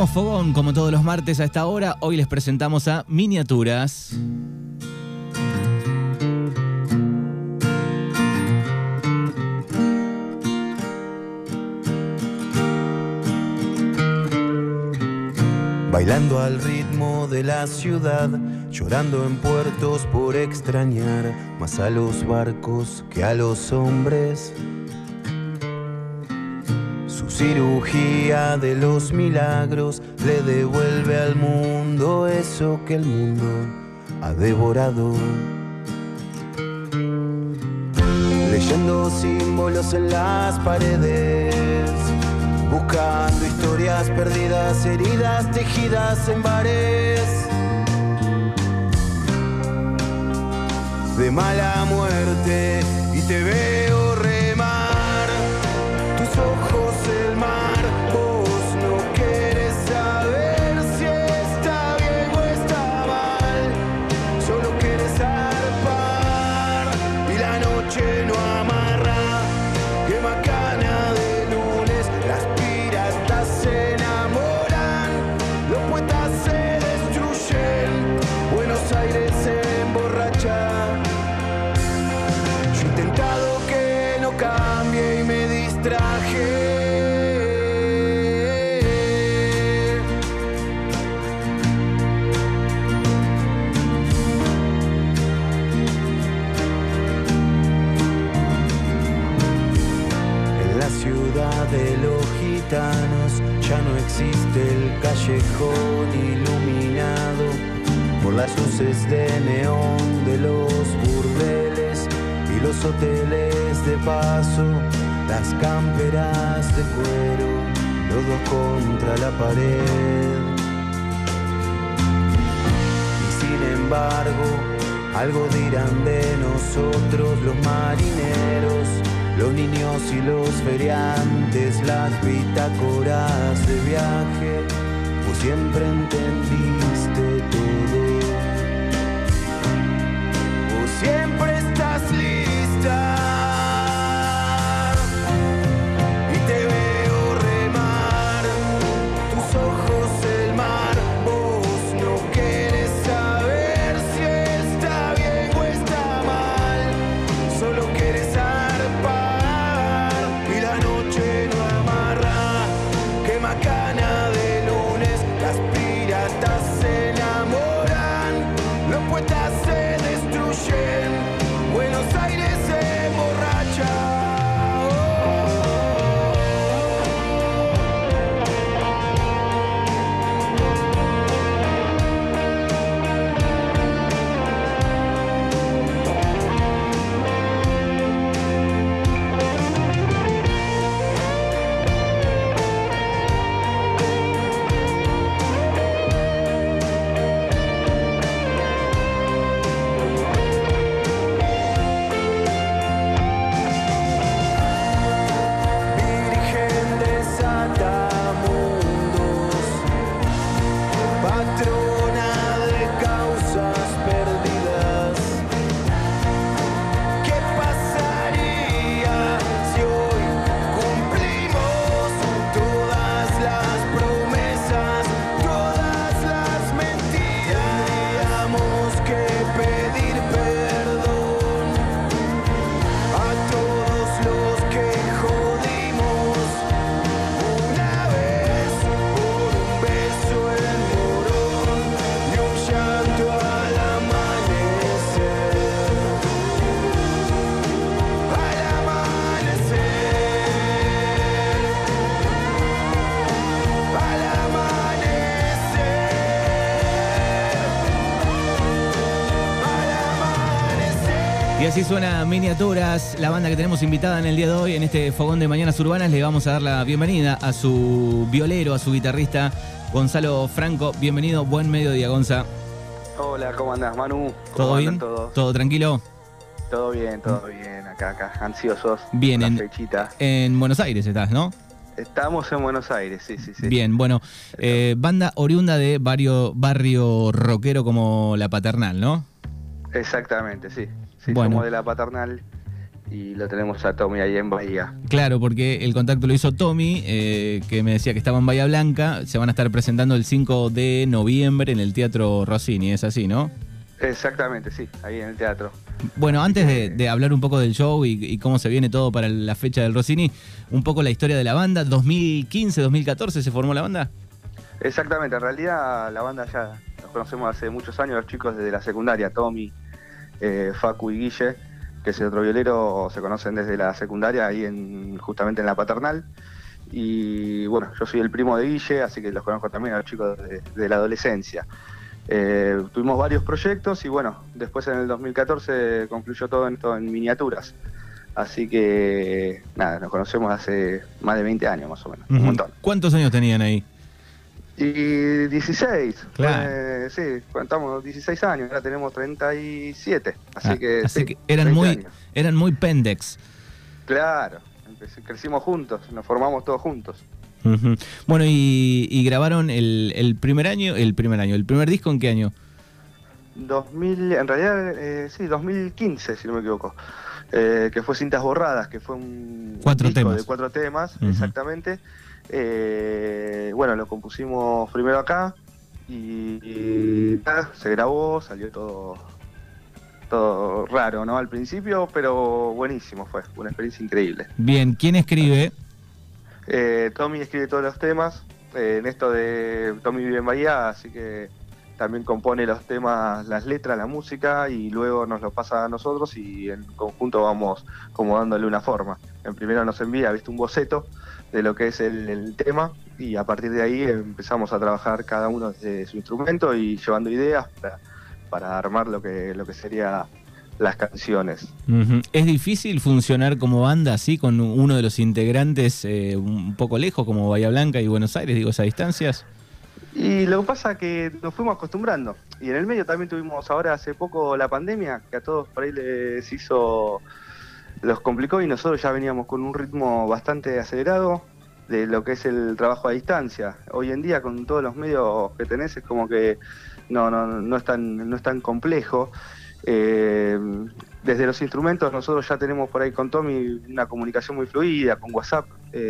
Arrancamos Fogón como todos los martes a esta hora. Hoy les presentamos a Miniaturas. Bailando al ritmo de la ciudad, llorando en puertos por extrañar más a los barcos que a los hombres. Su cirugía de los milagros le devuelve al mundo eso que el mundo ha devorado. Leyendo símbolos en las paredes, buscando historias perdidas, heridas tejidas en bares de mala muerte, y te veo remar, tus ojos el mar, vos no querés saber si está bien o está mal, solo querés zarpar y la noche no amarra, que macana de lunes, las piratas se enamoran, los poetas se destruyen, Buenos Aires se emborracha. Yo he intentado que no cambie y me distraje. En la ciudad de los gitanos ya no existe el callejón iluminado por las luces de neón de los burdeles y los hoteles de paso, las camperas de cuero, los dos contra la pared. Y sin embargo, algo dirán de nosotros los marineros, los niños y los feriantes, las bitácoras de viaje. Vos siempre entendiste todo, vos siempre estás lista, y te veo remar, tus ojos el mar, vos no querés saber si está bien o está mal, solo querés zarpar y la noche no amarra, que macana de lunes, las piratas se enamoran, los poetas se destruyen, Buenos Aires se emborracha. Virgen desata mundos, patrona de causas perdidas. ¿Qué pasaría si hoy cumplimos todas las promesas, todas las mentiras? Tendríamos que pedir perdón a todos los que jodimos una vez por un beso en Morón y un llanto al amanecer. Al amanecer, al amanecer, al amanecer. Y así suena Miniaturas, la banda que tenemos invitada en el día de hoy en este Fogón de Mañanas Urbanas. Le vamos a dar la bienvenida a su violero, a su guitarrista, Gonzalo Franco. Bienvenido, buen mediodía, Gonza. Hola, ¿cómo andás, Manu? ¿Todo ¿Cómo bien? andan todos? ¿Todo tranquilo? Todo bien, acá, ansiosos. Bien, por en- la fechita. En Buenos Aires estás, ¿no? Estamos en Buenos Aires, sí. Bien, bueno, banda oriunda de barrio rockero como La Paternal, ¿no? Exactamente, sí. Sí, Bueno. somos de la Paternal y lo tenemos a Tommy ahí en Bahía. Claro, porque el contacto lo hizo Tommy, que me decía que estaba en Bahía Blanca. Se van a estar presentando el 5 de noviembre en el Teatro Rossini, es así, ¿no? Exactamente, sí, ahí en el teatro. Bueno, antes de hablar un poco del show y cómo se viene todo para la fecha del Rossini, un poco la historia de la banda. 2015, 2014 se formó la banda. Exactamente, en realidad la banda ya nos conocemos hace muchos años, los chicos desde la secundaria, Tommy, Facu y Guille, que es el otro violero, se conocen desde la secundaria, ahí justamente en la Paternal. Y bueno, yo soy el primo de Guille, así que los conozco también a los chicos de la adolescencia. Tuvimos varios proyectos y bueno, después en el 2014 concluyó todo en miniaturas. Así que nada, nos conocemos hace más de 20 años más o menos, un montón. ¿Cuántos años tenían ahí? Y 16, claro. Sí, contamos 16 años, ahora tenemos 37, así que eran muy pendex. Claro, crecimos juntos, nos formamos todos juntos. Bueno, y grabaron el primer disco, ¿en qué año? 2000, en realidad, sí, 2015, si no me equivoco, que fue Cintas Borradas, que fue un disco de 4 temas, exactamente. Bueno, lo compusimos primero acá y nada, se grabó, salió todo raro, ¿no? Al principio, pero buenísimo, fue una experiencia increíble. Bien, ¿quién escribe? Tommy escribe todos los temas. En esto de Tommy vive en Bahía, así que también compone los temas, las letras, la música, y luego nos lo pasa a nosotros y en conjunto vamos como dándole una forma. En primero nos envía, un boceto de lo que es el tema, y a partir de ahí empezamos a trabajar cada uno desde su instrumento y llevando ideas para armar lo que sería las canciones. ¿Es difícil funcionar como banda así, con uno de los integrantes un poco lejos, como Bahía Blanca y Buenos Aires, digo, esas distancias? Y lo que pasa es que nos fuimos acostumbrando, y en el medio también tuvimos ahora hace poco la pandemia, que a todos por ahí los complicó, y nosotros ya veníamos con un ritmo bastante acelerado de lo que es el trabajo a distancia. Hoy en día con todos los medios que tenés es como que no es tan complejo. Desde los instrumentos nosotros ya tenemos por ahí con Tommy una comunicación muy fluida, con WhatsApp,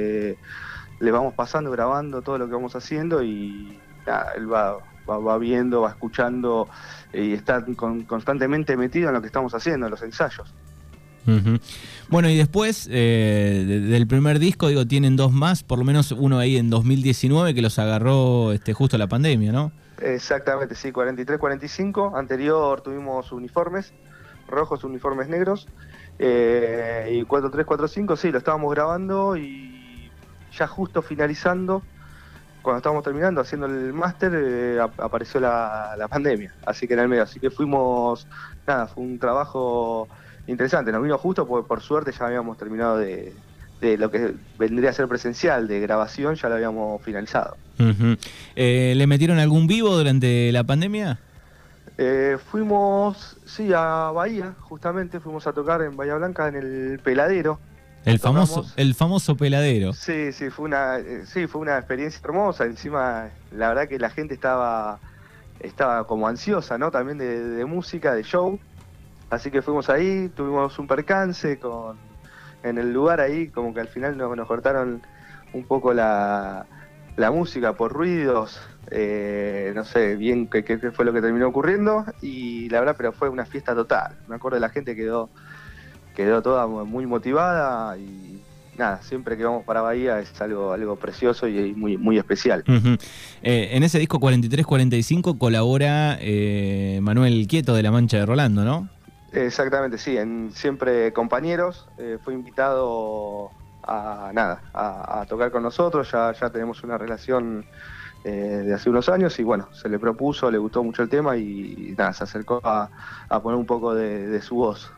le vamos pasando, grabando todo lo que vamos haciendo, y nada, él va viendo, va escuchando, y está constantemente metido en lo que estamos haciendo, en los ensayos. Bueno, y después del primer disco, digo, tienen 2 más, por lo menos uno ahí en 2019 que los agarró justo la pandemia, ¿no? Exactamente, sí, 43-45. Anterior tuvimos uniformes rojos, uniformes negros, y 43-45, sí, lo estábamos grabando y ya justo finalizando, cuando estábamos terminando, haciendo el máster, apareció la pandemia, así que en el medio, así que fuimos, nada, fue un trabajo interesante, nos vino justo porque por suerte ya habíamos terminado de lo que vendría a ser presencial, de grabación, ya lo habíamos finalizado. ¿Le metieron algún vivo durante la pandemia? Fuimos, sí, a Bahía, justamente, fuimos a tocar en Bahía Blanca, en el Peladero. El famoso Peladero. Sí, fue una experiencia hermosa. Encima, la verdad que la gente estaba como ansiosa, ¿no? También de música, de show. Así que fuimos ahí, tuvimos un percance en el lugar ahí, como que al final nos cortaron un poco la música por ruidos. No sé bien qué fue lo que terminó ocurriendo, y la verdad, pero fue una fiesta total. Me acuerdo, la gente quedó toda muy motivada, y nada, siempre que vamos para Bahía es algo precioso y muy, muy especial. En ese disco 43-45 colabora Manuel Quieto de La Mancha de Rolando, ¿no? Exactamente, sí, siempre compañeros. Fue invitado a tocar con nosotros, ya tenemos una relación de hace unos años, y bueno, se le propuso, le gustó mucho el tema, y nada, se acercó a poner un poco de su voz.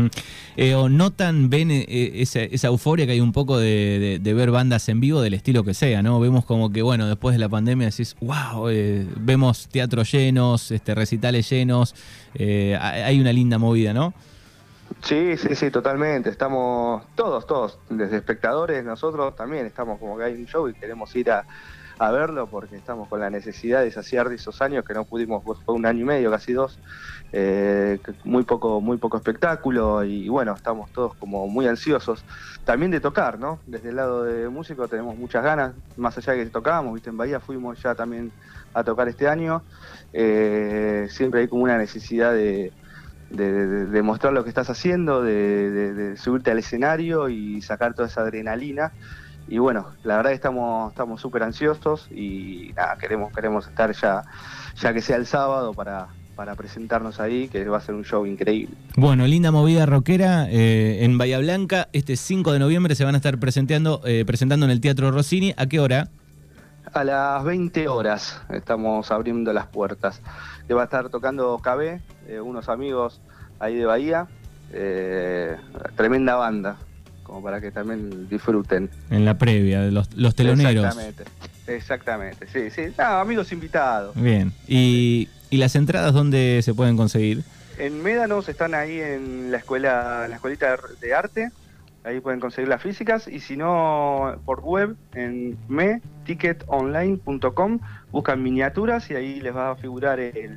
¿Ven esa euforia que hay un poco de ver bandas en vivo del estilo que sea, ¿no? Vemos como que, bueno, después de la pandemia decís, wow, vemos teatros llenos, recitales llenos, hay una linda movida, ¿no? Sí, totalmente. Estamos todos, desde espectadores, nosotros también estamos como que hay un show y queremos ir a a verlo, porque estamos con la necesidad de saciar de esos años que no pudimos, fue 1 año y medio, casi 2, muy poco espectáculo, y bueno, estamos todos como muy ansiosos también de tocar, ¿no? Desde el lado de músico tenemos muchas ganas, más allá de que tocábamos, viste, en Bahía fuimos ya también a tocar este año, siempre hay como una necesidad de mostrar lo que estás haciendo, de subirte al escenario y sacar toda esa adrenalina. Y bueno, la verdad que estamos súper ansiosos y nada, queremos estar ya que sea el sábado para presentarnos ahí, que va a ser un show increíble. Bueno, linda movida rockera en Bahía Blanca. Este 5 de noviembre se van a estar presentando en el Teatro Rossini. ¿A qué hora? A las 20 horas estamos abriendo las puertas. Que va a estar tocando KB, unos amigos ahí de Bahía. Tremenda banda, como para que también disfruten. En la previa, de los teloneros. Exactamente, sí. Amigos invitados. Bien. ¿Y las entradas dónde se pueden conseguir? En Médanos están ahí en la escuelita de arte. Ahí pueden conseguir las físicas, y si no, por web, en meticketonline.com, buscan miniaturas y ahí les va a figurar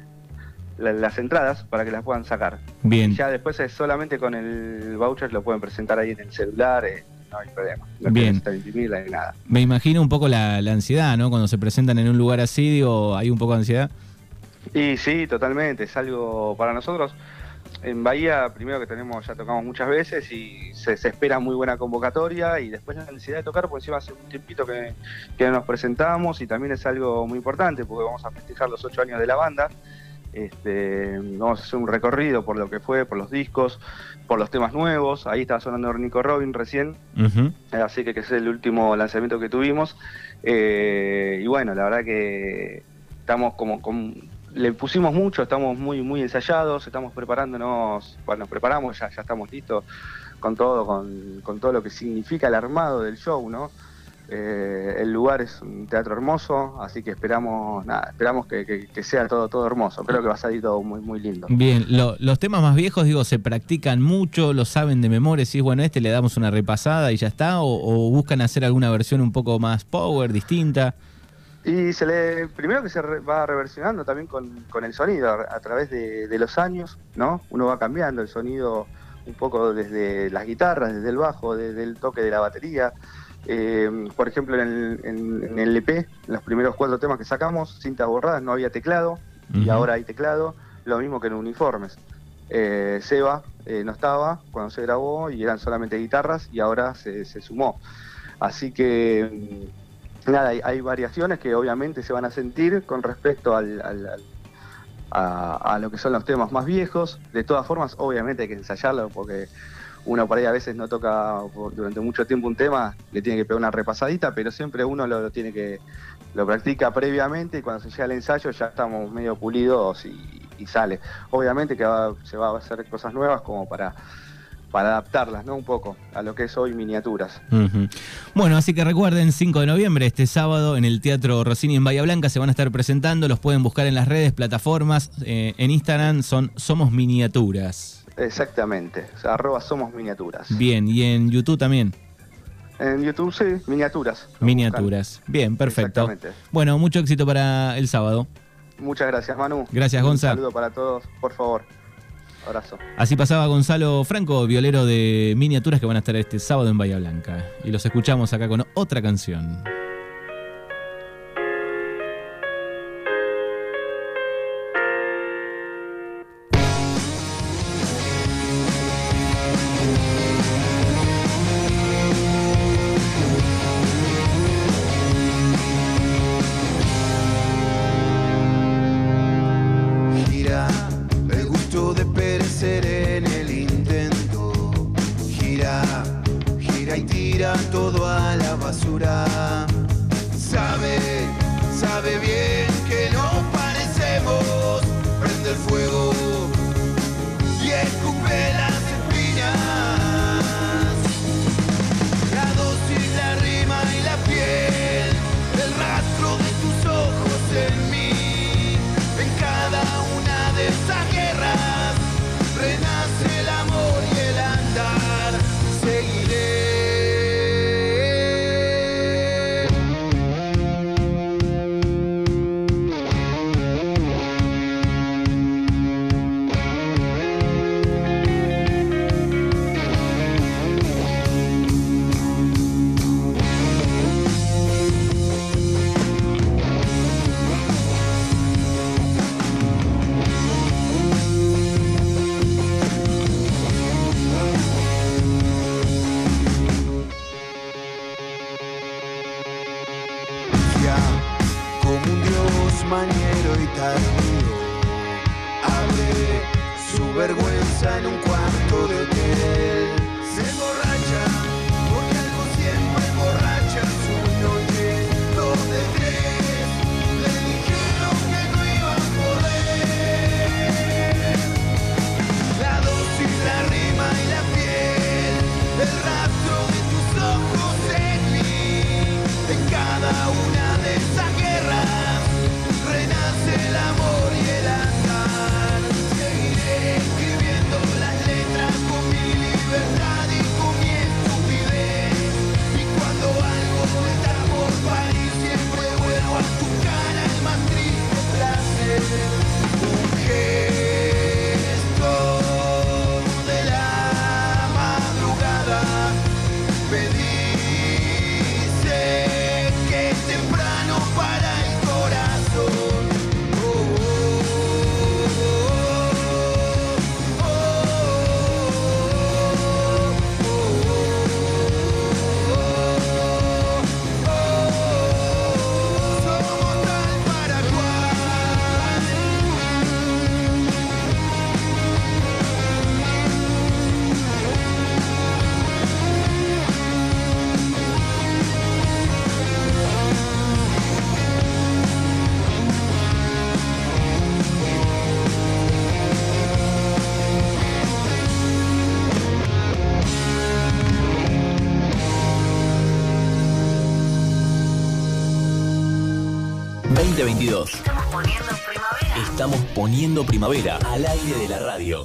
las entradas para que las puedan sacar. Bien. Y ya después es solamente con el voucher, lo pueden presentar ahí en el celular, no hay problema. No Bien. necesitan imprimirla ni nada. Me imagino un poco la ansiedad, ¿no? Cuando se presentan en un lugar así, digo, ¿hay un poco de ansiedad? Y sí, totalmente, es algo para nosotros. En Bahía, primero que ya tocamos muchas veces y se espera muy buena convocatoria, y después la necesidad de tocar, porque encima hace un tiempito que no nos presentamos, y también es algo muy importante porque vamos a festejar los 8 años de la banda. Vamos a hacer un recorrido por lo que fue, por los discos, por los temas nuevos. Ahí estaba sonando Nico Robin recién, así que es el último lanzamiento que tuvimos. Y bueno, la verdad que estamos le pusimos mucho, estamos muy ensayados, estamos preparándonos, nos preparamos, ya estamos listos con todo, con todo lo que significa el armado del show, ¿no? El lugar es un teatro hermoso, así que esperamos que sea todo hermoso. Creo que va a salir todo muy lindo. Bien, los temas más viejos, digo, ¿se practican mucho? ¿Lo saben de memoria? ¿Sí? Bueno, le damos una repasada y ya está, o buscan hacer alguna versión un poco más power, distinta. Y primero que se va reversionando también con el sonido a través de los años, ¿no? Uno va cambiando el sonido un poco desde las guitarras, desde el bajo, desde el toque de la batería. Por ejemplo, en el EP, en los primeros 4 temas que sacamos, Cintas Borradas, no había teclado, y ahora hay teclado, lo mismo que en Uniformes. Seba no estaba cuando se grabó y eran solamente guitarras, y ahora se sumó. Así que nada, hay variaciones que obviamente se van a sentir con respecto a lo que son los temas más viejos. De todas formas, obviamente hay que ensayarlo, porque uno por ahí a veces no toca durante mucho tiempo un tema, le tiene que pegar una repasadita, pero siempre uno lo practica previamente, y cuando se llega al ensayo ya estamos medio pulidos y sale. Obviamente que se va a hacer cosas nuevas como para adaptarlas, ¿no? Un poco a lo que es hoy Miniaturas. Bueno, así que recuerden, 5 de noviembre, este sábado, en el Teatro Rossini en Bahía Blanca, se van a estar presentando. Los pueden buscar en las redes, plataformas. En Instagram son Somos Miniaturas. Exactamente, @Somos Miniaturas. Bien, ¿y en YouTube también? En YouTube sí, Miniaturas. Miniaturas. Bien, perfecto. Bueno, mucho éxito para el sábado. Muchas gracias, Manu. Gracias, Gonza. Un saludo para todos, por favor. Abrazo. Así pasaba Gonzalo Franco, violero de Miniaturas, que van a estar este sábado en Bahía Blanca. Y los escuchamos acá con otra canción. Todo a la basura. Sabe bien que nos parecemos. Prende el fuego y escupe las espinas. La dosis, la rima y la piel, el rastro de tus ojos en mí. En cada una de esas guerras renace el amor y el andar. Seguiré. es mañero y tardío. Abre su vergüenza en un cuarto de hotel. Se emborracha porque algo siempre emborracha su noche. 2 de 3 le dijeron que no iba a poder. La dosis, la rima y la piel, el rastro de tus ojos en mí. En cada una de esas guerras renace el amor y el azar. Seguiré escribiendo las letras con mi libertad y con mi estupidez. Y cuando algo está por parir, siempre vuelvo a tu cara el más triste placer. Un gesto de la madrugada me dice que es temprano para el corazón. Oh, oh, oh, oh, somos tal para cual. 2022. Estamos poniendo primavera al aire de la radio.